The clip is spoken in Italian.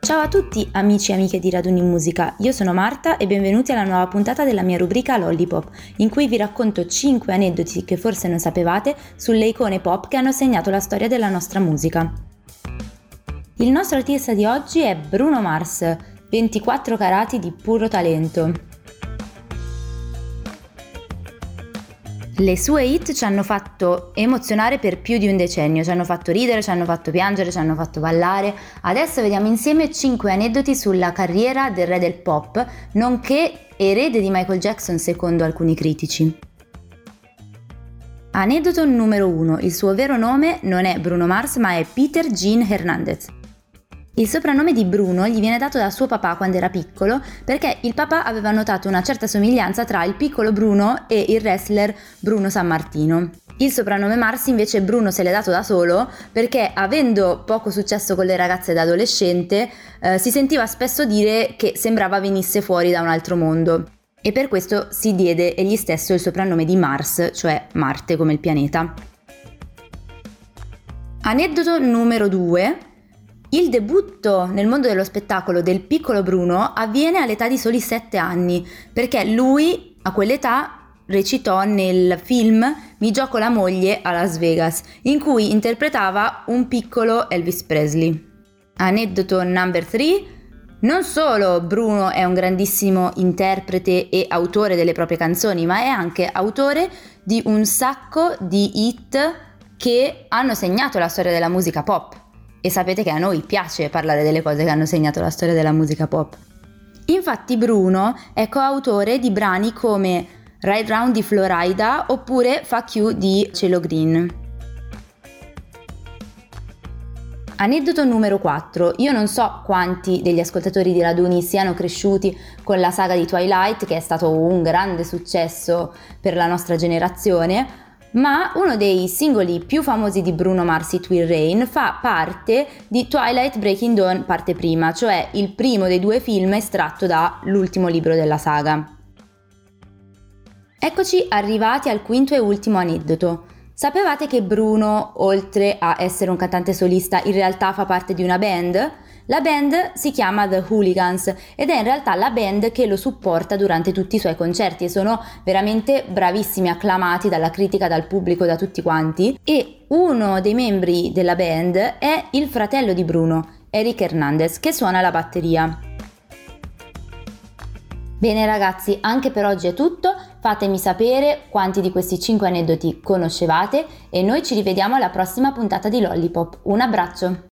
Ciao a tutti amici e amiche di Raduni Musica, io sono Marta e benvenuti alla nuova puntata della mia rubrica Lollipop, in cui vi racconto 5 aneddoti che forse non sapevate sulle icone pop che hanno segnato la storia della nostra musica. Il nostro artista di oggi è Bruno Mars, 24 carati di puro talento. Le sue hit ci hanno fatto emozionare per più di un decennio, ci hanno fatto ridere, ci hanno fatto piangere, ci hanno fatto ballare. Adesso vediamo insieme 5 aneddoti sulla carriera del re del pop, nonché erede di Michael Jackson secondo alcuni critici. Aneddoto numero 1. Il suo vero nome non è Bruno Mars ma è Peter Gene Hernandez. Il soprannome di Bruno gli viene dato da suo papà quando era piccolo perché il papà aveva notato una certa somiglianza tra il piccolo Bruno e il wrestler Bruno Sammartino. Il soprannome Mars invece Bruno se l'è dato da solo perché, avendo poco successo con le ragazze da adolescente, si sentiva spesso dire che sembrava venisse fuori da un altro mondo e per questo si diede egli stesso il soprannome di Mars, cioè Marte come il pianeta. Aneddoto numero 2. Il debutto nel mondo dello spettacolo del piccolo Bruno avviene all'età di soli 7 anni, perché lui a quell'età recitò nel film Mi gioco la moglie a Las Vegas, in cui interpretava un piccolo Elvis Presley. Aneddoto number 3. Non solo Bruno è un grandissimo interprete e autore delle proprie canzoni, ma è anche autore di un sacco di hit che hanno segnato la storia della musica pop. E sapete che a noi piace parlare delle cose che hanno segnato la storia della musica pop. Infatti Bruno è coautore di brani come Ride Round di Florida oppure Fuck You di Cielo Green. Aneddoto numero 4. Io non so quanti degli ascoltatori di Raduni siano cresciuti con la saga di Twilight, che è stato un grande successo per la nostra generazione, ma uno dei singoli più famosi di Bruno Mars, It Will Rain, fa parte di Twilight Breaking Dawn parte prima, cioè il primo dei 2 film estratto dall'ultimo libro della saga. Eccoci arrivati al quinto e ultimo aneddoto. Sapevate che Bruno, oltre a essere un cantante solista, in realtà fa parte di una band? La band si chiama The Hooligans ed è in realtà la band che lo supporta durante tutti i suoi concerti e sono veramente bravissimi, acclamati dalla critica, dal pubblico, da tutti quanti. E uno dei membri della band è il fratello di Bruno, Eric Hernandez, che suona la batteria. Bene ragazzi, anche per oggi è tutto, fatemi sapere quanti di questi 5 aneddoti conoscevate e noi ci rivediamo alla prossima puntata di Lollipop. Un abbraccio!